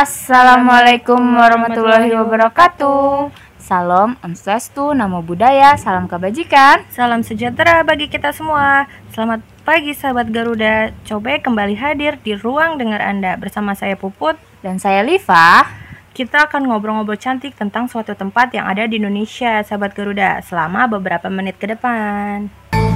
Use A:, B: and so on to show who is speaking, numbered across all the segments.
A: Assalamualaikum warahmatullahi wabarakatuh. Salam Om Swastiastu, Namo Buddhaya, salam kebajikan.
B: Salam sejahtera bagi kita semua. Selamat pagi sahabat Garuda. Coba kembali hadir di ruang dengar Anda bersama saya Puput
A: dan saya Liva.
B: Kita akan ngobrol-ngobrol cantik tentang suatu tempat yang ada di Indonesia, sahabat Garuda, selama beberapa menit ke depan.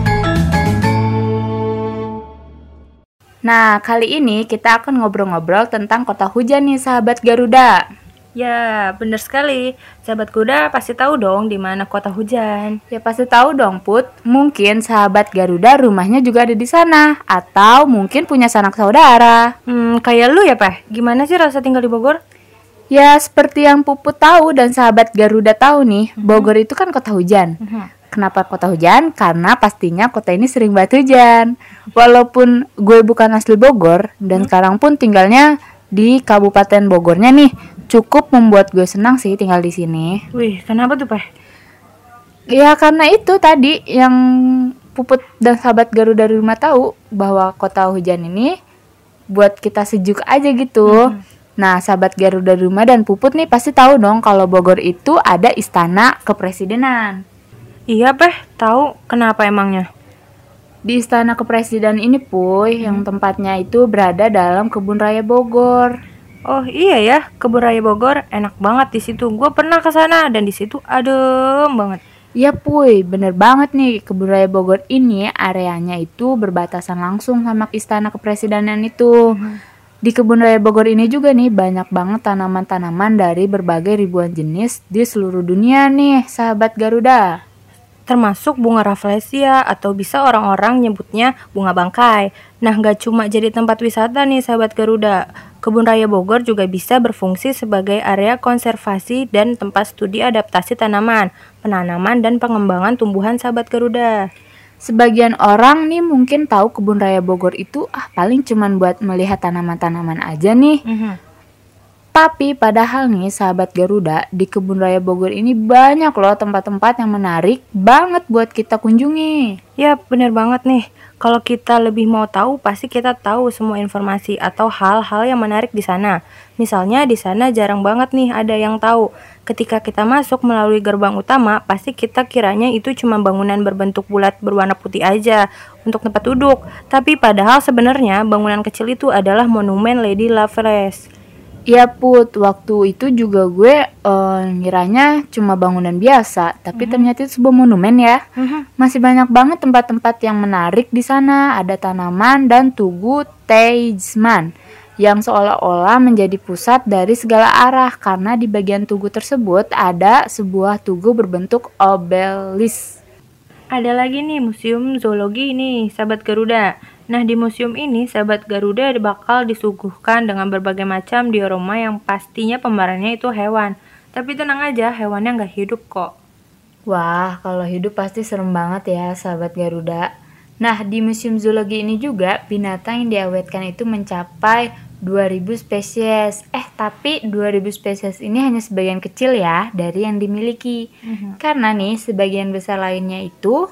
A: Nah, kali ini kita akan ngobrol-ngobrol tentang kota hujan nih, sahabat Garuda.
B: Ya, benar sekali. Sahabat Garuda pasti tahu dong di mana kota hujan.
A: Ya pasti tahu dong, Put. Mungkin sahabat Garuda rumahnya juga ada di sana, atau mungkin punya sanak saudara.
B: Kayak lu ya, Pak? Gimana sih rasa tinggal di Bogor?
A: Ya, seperti yang Puput tahu dan sahabat Garuda tahu nih, Bogor itu kan kota hujan. Kenapa kota hujan? Karena pastinya kota ini sering banget hujan. Walaupun gue bukan asli Bogor dan sekarang pun tinggalnya di Kabupaten Bogornya nih, cukup membuat gue senang sih tinggal di sini.
B: Wih, kenapa tuh, Pak?
A: Ya karena itu tadi yang Puput dan sahabat Garuda di rumah tahu bahwa kota hujan ini buat kita sejuk aja gitu. Nah, sahabat Garuda di rumah dan Puput nih pasti tahu dong kalau Bogor itu ada istana kepresidenan.
B: Iya, Pak. Tahu. Kenapa emangnya?
A: Di istana kepresidenan ini, Puy, yang tempatnya itu berada dalam Kebun Raya Bogor.
B: Oh iya ya, Kebun Raya Bogor enak banget di situ. Gue pernah ke sana dan di situ adem banget.
A: Iya, Puy, bener banget nih. Kebun Raya Bogor ini areanya itu berbatasan langsung sama istana kepresidenan itu. Di Kebun Raya Bogor ini juga nih banyak banget tanaman-tanaman dari berbagai ribuan jenis di seluruh dunia nih, sahabat Garuda.
B: Termasuk bunga rafflesia atau bisa orang-orang nyebutnya bunga bangkai. Nah, gak cuma jadi tempat wisata nih sahabat Garuda. Kebun Raya Bogor juga bisa berfungsi sebagai area konservasi dan tempat studi adaptasi tanaman, penanaman dan pengembangan tumbuhan sahabat Garuda.
A: Sebagian orang nih mungkin tahu Kebun Raya Bogor itu paling cuman buat melihat tanaman-tanaman aja nih. Tapi padahal nih sahabat Garuda, di Kebun Raya Bogor ini banyak loh tempat-tempat yang menarik banget buat kita kunjungi.
B: Ya bener banget nih, kalau kita lebih mau tahu pasti kita tahu semua informasi atau hal-hal yang menarik di sana. Misalnya di sana jarang banget nih ada yang tahu. Ketika kita masuk melalui gerbang utama, pasti kita kiranya itu cuma bangunan berbentuk bulat berwarna putih aja untuk tempat duduk. Tapi padahal sebenarnya bangunan kecil itu adalah monumen Lady Lovelace.
A: Iya Put, waktu itu juga gue ngiranya cuma bangunan biasa, tapi ternyata itu sebuah monumen ya. Masih banyak banget tempat-tempat yang menarik di sana. Ada tanaman dan tugu Teisman yang seolah-olah menjadi pusat dari segala arah karena di bagian tugu tersebut ada sebuah tugu berbentuk obelisk.
B: Ada lagi nih museum zoologi nih, sahabat Garuda. Nah, di museum ini, sahabat Garuda bakal disuguhkan dengan berbagai macam diorama yang pastinya pemerannya itu hewan. Tapi tenang aja, hewannya nggak hidup kok.
A: Wah, kalau hidup pasti serem banget ya, sahabat Garuda. Nah, di museum zoologi ini juga binatang yang diawetkan itu mencapai 2000 spesies. Tapi 2000 spesies ini hanya sebagian kecil ya dari yang dimiliki. Karena nih, sebagian besar lainnya itu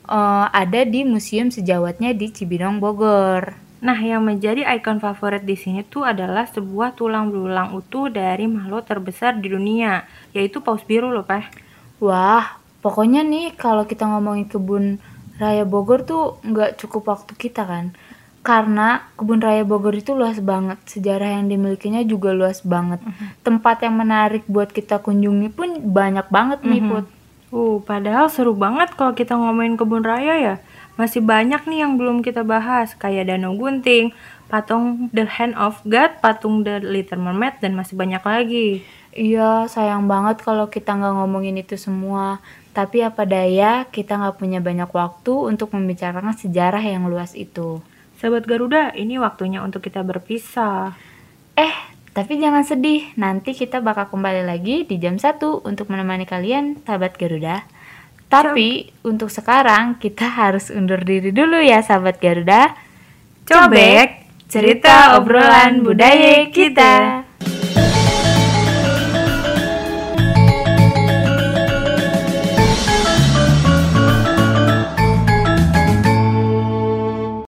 A: ada di Museum Sejawatnya di Cibinong, Bogor.
B: Nah, yang menjadi ikon favorit di sini tuh adalah sebuah tulang belulang utuh dari makhluk terbesar di dunia, yaitu paus biru loh, Pak.
A: Wah, pokoknya nih kalau kita ngomongin Kebun Raya Bogor tuh nggak cukup waktu kita kan. Karena Kebun Raya Bogor itu luas banget, sejarah yang dimilikinya juga luas banget. Tempat yang menarik buat kita kunjungi pun banyak banget nih, Put.
B: Padahal seru banget kalau kita ngomongin kebun raya ya. Masih banyak nih yang belum kita bahas, kayak Danau Gunting, patung The Hand of God, patung The Little Mermaid, dan masih banyak lagi.
A: Iya, sayang banget kalau kita nggak ngomongin itu semua. Tapi apa daya, kita nggak punya banyak waktu untuk membicarakan sejarah yang luas itu.
B: Sahabat Garuda, ini waktunya untuk kita berpisah.
A: Tapi jangan sedih, nanti kita bakal kembali lagi di jam 1 untuk menemani kalian, sahabat Garuda. Tapi untuk sekarang kita harus undur diri dulu ya, sahabat Garuda.
B: Cobek, cerita obrolan budaya kita.